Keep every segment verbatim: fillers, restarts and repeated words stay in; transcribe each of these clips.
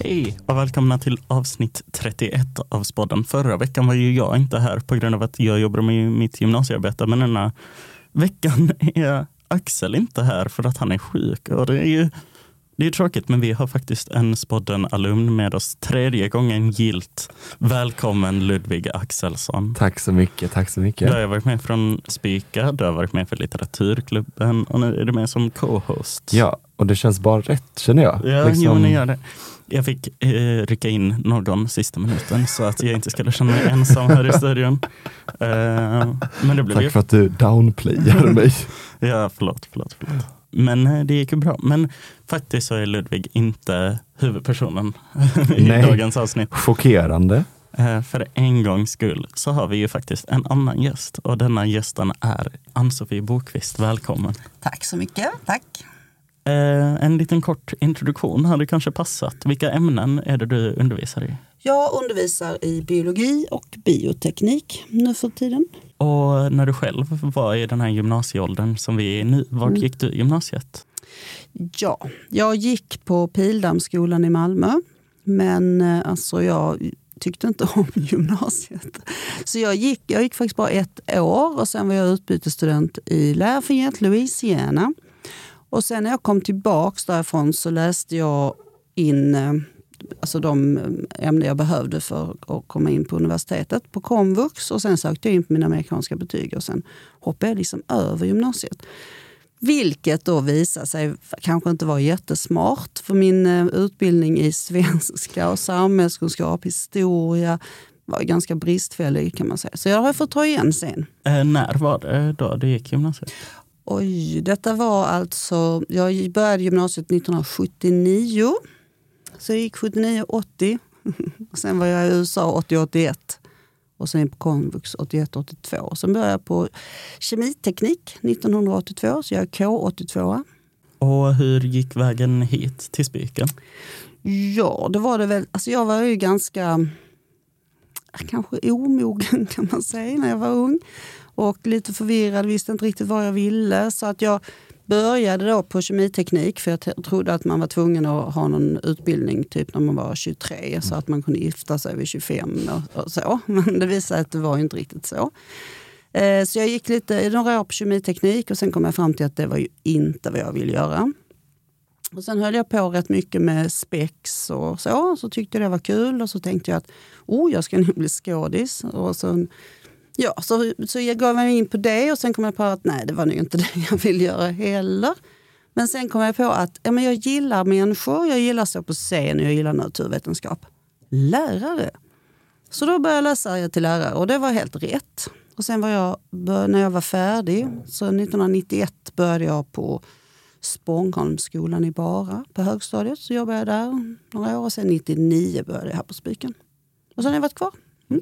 Hej och välkomna till avsnitt trettioett av Spodden. Förra veckan var ju jag inte här på grund av att jag jobbar med mitt gymnasiearbete. Men denna veckan är Axel inte här för att han är sjuk. Och det är ju det är tråkigt, men vi har faktiskt en Spodden-alumn med oss tredje gången gilt. Välkommen Ludvig Axelsson. Tack så mycket, tack så mycket. Du har varit med från Spika, du har varit med för Litteraturklubben och nu är du med som co-host. Ja, och det känns bara rätt, känner jag. Ja, liksom... jo, men gör det. Jag fick eh, rycka in någon sista minuten så att jag inte skulle känna mig ensam här i studion. Eh, men det blev Tack ju... för att du downplayade mig. Ja, förlåt, förlåt, förlåt. Men eh, det gick ju bra. Men faktiskt så är Ludvig inte huvudpersonen i Nej. dagens avsnitt. Chockerande. Eh, för en gångs skull så har vi ju faktiskt en annan gäst. Och denna gästen är Ann-Sofie Bokvist. Välkommen. Tack så mycket, tack. Eh, en liten kort introduktion hade kanske passat. Vilka ämnen är det du undervisar i? Jag undervisar i biologi och bioteknik nu för tiden. Och när du själv var i den här gymnasieåldern som vi är nu, vart Mm. gick du i gymnasiet? Ja, jag gick på Pildammsskolan i Malmö. Men eh, alltså jag tyckte inte om gymnasiet. Så jag gick, jag gick faktiskt bara ett år och sen var jag utbytesstudent i Lafayette, Louisiana. Och sen när jag kom tillbaks därifrån så läste jag in eh, alltså de ämnen jag behövde för att komma in på universitetet på komvux. Och sen sökte jag in på mina amerikanska betyg och sen hoppade jag liksom över gymnasiet. Vilket då visade sig kanske inte vara jättesmart, för min eh, utbildning i svenska och samhällskunskap, historia var ganska bristfällig kan man säga. Så jag har fått ta igen sen. Eh, när var det då du gick gymnasiet? Oj, detta var alltså, jag började gymnasiet nittonhundrasjuttionio. Så jag gick sjuttionio åttio. Och sen var jag i U S A åttio åttioett. Och sen på komvux åttioett åttiotvå. Sen började jag på kemiteknik nittonhundraåttiotvå. Så jag är K åttiotvå. Och hur gick vägen hit till Spiken? Ja, det var det väl. Alltså jag var ju ganska kanske omogen kan man säga när jag var ung. Och lite förvirrad, visste inte riktigt vad jag ville. Så att jag började då på kemiteknik för jag trodde att man var tvungen att ha någon utbildning typ när man var tjugotre. Så att man kunde gifta sig vid tjugofem och, och så. Men det visade sig att det var inte riktigt så. Eh, så jag gick lite några år på kemiteknik och sen kom jag fram till att det var ju inte vad jag ville göra. Och sen höll jag på rätt mycket med spex och så. Så tyckte jag det var kul och så tänkte jag att oh, jag ska nu bli skådis. Och så... Ja, så, så jag gav mig in på det och sen kom jag på att nej, det var nog inte det jag ville göra heller. Men sen kom jag på att ja, men jag gillar människor, jag gillar att stå på scen och jag gillar naturvetenskap. Lärare. Så då började jag läsa till lärare och det var helt rätt. Och sen var jag, när jag var färdig, så nittonhundranittioett började jag på Spångholmsskolan i Bara på högstadiet. Så jobbade jag där några år och sen nittionio började jag här på Spiken. Och sen har jag varit kvar. Mm.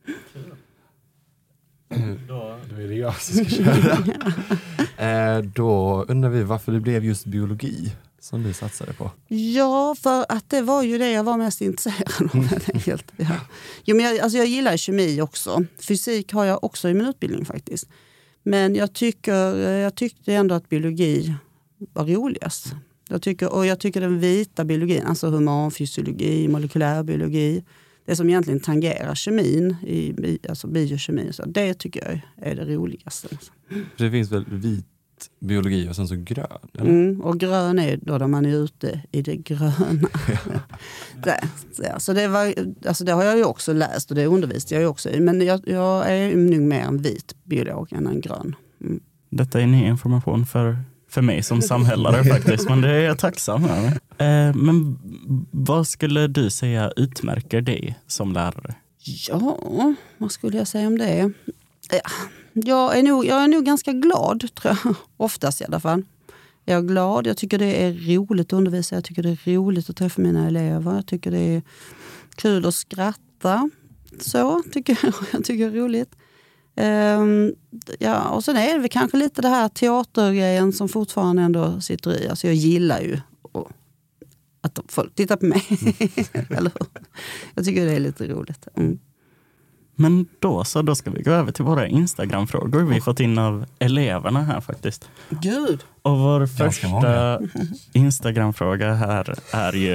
Då, då är det jag som ska köra. eh, då undrar vi varför det blev just biologi som du satsade på. Ja, för att det var ju det jag var mest intresserad av. Helt, ja. Jo, men jag, alltså jag gillar kemi också. Fysik har jag också i min utbildning faktiskt. Men jag, tycker, jag tyckte ändå att biologi var roligast. Jag tycker, och jag tycker den vita biologin, alltså humanfysiologi, molekylärbiologi, det som egentligen tangerar kemin, i, alltså biokemi, så det tycker jag är det roligaste. För det finns väl vit biologi och sen så grön? Eller? Mm, och grön är då där man är ute i det gröna. Ja. det, ja, så det, var, alltså det har jag ju också läst och det undervisade jag ju också i. Men jag, jag är nog mer en vit biolog än en grön. Mm. Detta är ny information för, för mig som samhällare faktiskt, men det är jag tacksam för. Eh, men vad skulle du säga utmärker dig som lärare? Ja, vad skulle jag säga om det? Ja, jag, är nog, jag är nog ganska glad, tror jag. Oftast i alla fall. Jag är glad, jag tycker det är roligt att undervisa. Jag tycker det är roligt att träffa mina elever. Jag tycker det är kul att skratta. Så tycker jag, jag tycker det är roligt. Um, ja, och sen är det väl kanske lite det här teatergrejen som fortfarande ändå sitter i. Alltså jag gillar ju och, att folk tittar på mig. Eller hur? Jag tycker det är lite roligt. Mm. Men då så, då ska vi gå över till våra Instagram-frågor. Vi har fått in av eleverna här faktiskt. Gud! Och vår första Instagram-fråga här är ju: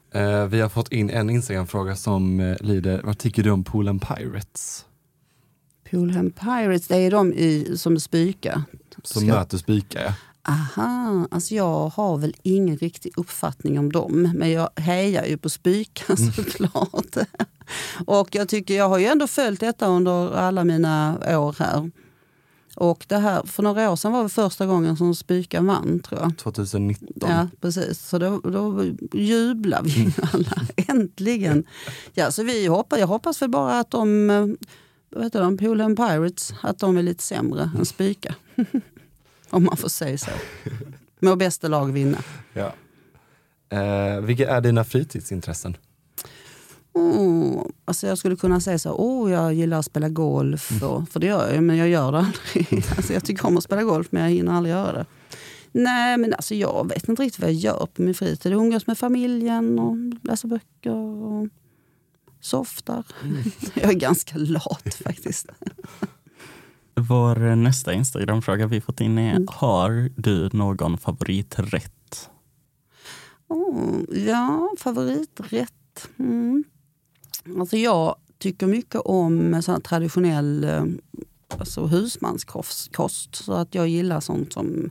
Eh, vi har fått in en Instagram-fråga som eh, lyder, vad tycker du om Polhem Pirates? Polhem Pirates, det är de i, som spyka. Som Ska... möter spyka, ja. Aha, alltså jag har väl ingen riktig uppfattning om dem. Men jag hejar ju på spyka såklart. Och jag tycker, jag har ju ändå följt detta under alla mina år här. Och det här, för några år sedan var det första gången som spyka vann, tror jag. tjugonitton. Ja, precis. Så då, då jublar vi alla. Äntligen. Ja, så vi hoppas, jag hoppas väl bara att de, vad heter de, Polhem Pirates, att de är lite sämre än spyka. Om man får säga så. Må bästa lag vinna. Ja. Eh, vilka är dina fritidsintressen? Oh, alltså jag skulle kunna säga så, oh, jag gillar att spela golf. Och, för det gör jag, men jag gör det aldrig. Alltså jag tycker om att spela golf, men jag hinner aldrig göra det. Nej, men alltså jag vet inte riktigt vad jag gör på min fritid. Jag umgås med familjen och läser böcker och softar. Mm. Jag är ganska lat faktiskt. Vår nästa Instagram-fråga vi fått in är, mm. har du någon favoriträtt? Oh, ja, favoriträtt. Mm. Alltså jag tycker mycket om sån traditionell alltså husmanskost. Så att jag gillar sånt som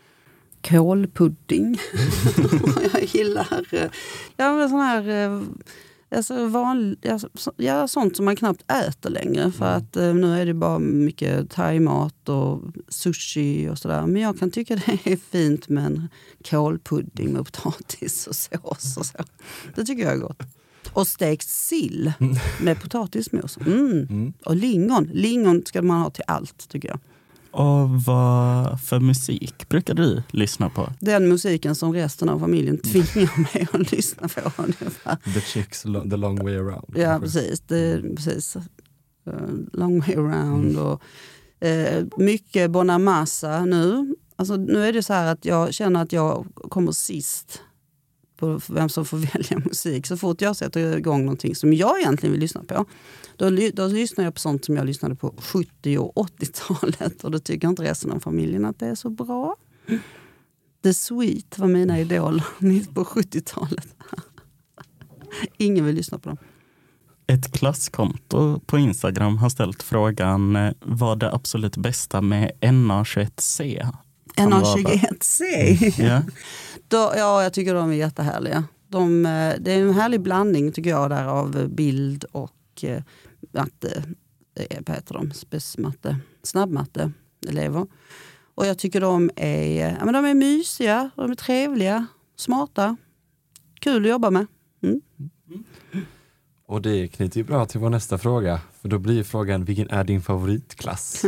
kålpudding. Jag gillar ja, sån här... Alltså vanlig, alltså, ja, sånt som man knappt äter längre. För att eh, nu är det bara mycket thaimat och sushi och sådär. Men jag kan tycka det är fint med en kålpudding med potatis och sås och så. Det tycker jag är gott. Och stekt sill med potatismos. Mm. Mm. Och lingon. Lingon ska man ha till allt, tycker jag. Och vad för musik brukar du lyssna på? Den musiken som resten av familjen tvingar mig att lyssna på. The Chicks, The Long Way Around. Ja, precis. Det, precis. Uh, long Way Around. Mm. Och, uh, mycket Bonamassa nu. Alltså, nu är det så här att jag känner att jag kommer sist på vem som får välja musik. Så fort jag sätter igång någonting som jag egentligen vill lyssna på, då, då lyssnar jag på sånt som jag lyssnade på sjuttio- och åttiotalet. Och då tycker inte resten av familjen att det är så bra. The Sweet var mina idoler på sjuttiotalet. Ingen vill lyssna på dem. Ett klasskonto på Instagram har ställt frågan, vad det absolut bästa med N A tjugoett C? N A tjugoett C? Ja. Då, ja, jag tycker de är jättehärliga. De, det är en härlig blandning tycker jag där av bild och eh, matte, eh, vad heter de? Spesmatte, snabbmatte elever. Och jag tycker de är, ja, men de är mysiga, de är trevliga, smarta, kul att jobba med. Mm. Mm. Och det knyter ju bra till vår nästa fråga. För då blir frågan, vilken är din favoritklass?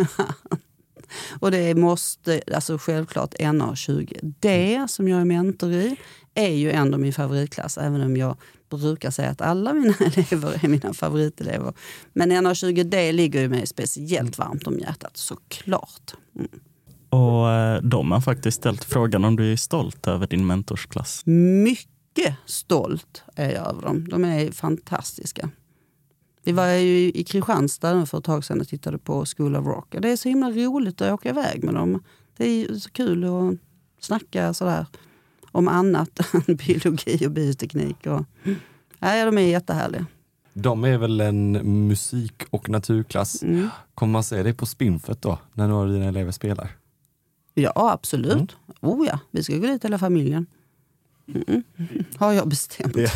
Och det måste, alltså självklart N A tjugo. Det som jag är mentor i är ju ändå min favoritklass. Även om jag brukar säga att alla mina elever är mina favoritelever. Men N A tjugo, det ligger ju mig speciellt varmt om hjärtat, såklart. Mm. Och de har faktiskt ställt frågan om du är stolt över din mentorsklass. Mycket stolt är jag över dem. De är fantastiska. Vi var ju i Kristianstad för ett tag sedan och tittade på School of Rock. Det är så himla roligt att åka iväg med dem. Det är så kul att snacka sådär om annat än biologi och bioteknik. Och, ja, de är jättehärliga. De är väl en musik- och naturklass. Mm. Kommer man se det på Spinfet då, när några av dina elever spelar? Ja, absolut. Mm. Oh ja, vi ska gå dit hela familjen. Mm. Har jag bestämt. Yeah.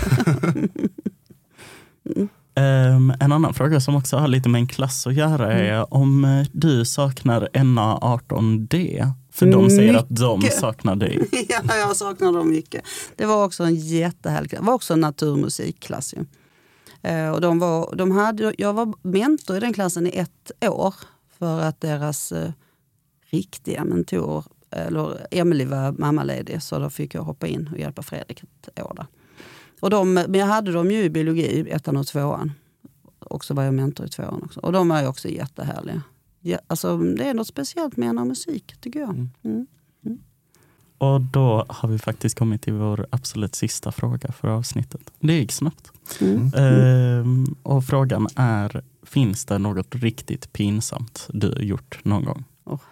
mm. Um, en annan fråga som också har lite med en klass att göra är mm. om du saknar N A arton D. För de säger mycket. Att de saknar dig. Ja, jag saknar dem mycket. Det var också en jättehärlig klass. Det var också en naturmusikklass. Ju. Uh, och de var, de hade, jag var mentor i den klassen i ett år. För att deras uh, riktiga mentor, eller Emily var mammaledig. Så då fick jag hoppa in och hjälpa Fredrik ett år där. Och de, men jag hade dem ju i biologi, ettan och tvåan. Och så var jag mentor i tvåan också. Och de var ju också jättehärliga. Ja, alltså, det är något speciellt med en av musik, tycker jag. Mm. Mm. Mm. Och då har vi faktiskt kommit till vår absolut sista fråga för avsnittet. Det gick snabbt. Mm. Ehm, och frågan är, finns det något riktigt pinsamt du gjort någon gång? Åh oh,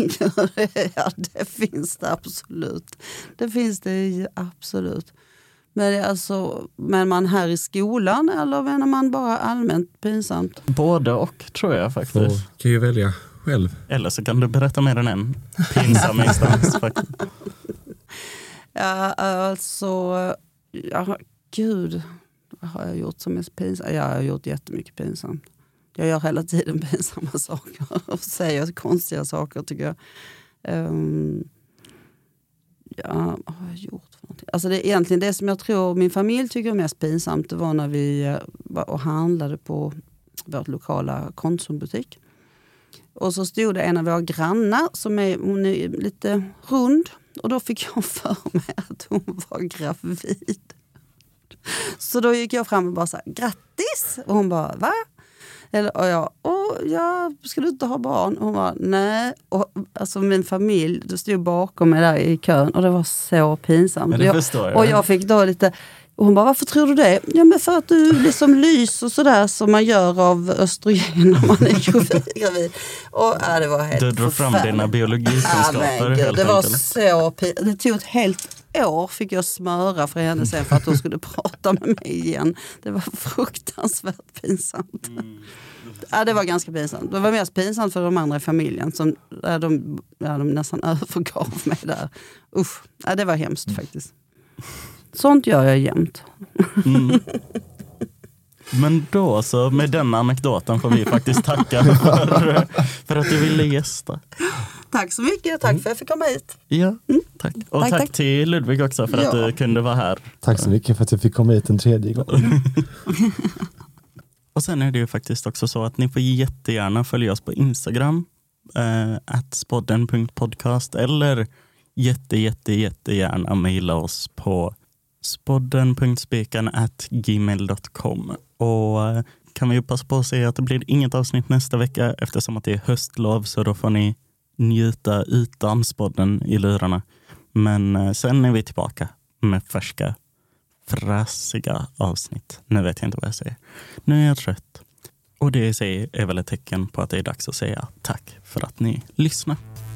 herregud, ja det finns det absolut. Det finns det absolut. Men alltså, menar man här i skolan eller menar man bara allmänt pinsamt? Både och tror jag faktiskt. Du kan ju välja själv. Eller så kan du berätta mer än en pinsam instans faktiskt. Ja, alltså, ja, gud, vad har jag gjort som är pinsamt? Ja, jag har gjort jättemycket pinsamt. Jag gör hela tiden pinsamma saker och säger konstiga saker tycker jag. Um, ja, vad har jag gjort för någonting? Alltså det är egentligen det som jag tror min familj tycker är mest pinsamt. Det var när vi var och handlade på vårt lokala Konsumbutik. Och så stod det en av våra grannar som är, hon är lite rund. Och då fick jag för mig att hon var gravid. Så då gick jag fram och bara så här, grattis! Och hon bara, va? Eller, och jag, åh, jag ska du inte ha barn? Och hon bara, nej. Och, alltså min familj, då stod bakom mig där i kön. Och det var så pinsamt. Men det jag, förstår jag. Och jag fick då lite... Och hon bara, varför tror du det? Ja, men för att du liksom lyser sådär som man gör av östrogen när man är gravid. Och ja, det var helt du drog fram dina biologikunskaper ja, helt det var enkelt. så pin- Det tog ett helt år fick jag smöra för henne sen för att hon skulle prata med mig igen. Det var fruktansvärt pinsamt. Mm. Ja, det var ganska pinsamt. Det var mest pinsamt för de andra i familjen som ja, de, ja, de nästan övergav mig där. Usch, ja, det var hemskt mm. faktiskt. Sånt gör jag jämt. Mm. Men då så, med den anekdoten får vi faktiskt tacka för, för att du ville gästa. Tack så mycket, tack för att jag fick komma hit. Ja, tack. Och tack, tack, tack till Ludvig också för ja. att du kunde vara här. Tack så mycket för att jag fick komma hit en tredje gång. Och sen är det ju faktiskt också så att ni får jättegärna följa oss på Instagram eh, at spodden punkt podcast eller jätte, jätte, jättegärna mejla oss på spodden punkt spekan at gmail punkt com. Och kan vi ju passa på att säga att det blir inget avsnitt nästa vecka eftersom att det är höstlov, så då får ni njuta utan spodden i lurarna. Men sen är vi tillbaka med färska, frassiga avsnitt. Nu vet jag inte vad jag säger. Nu är jag trött. Och det i sig är väl ett tecken på att det är dags att säga tack för att ni lyssnar.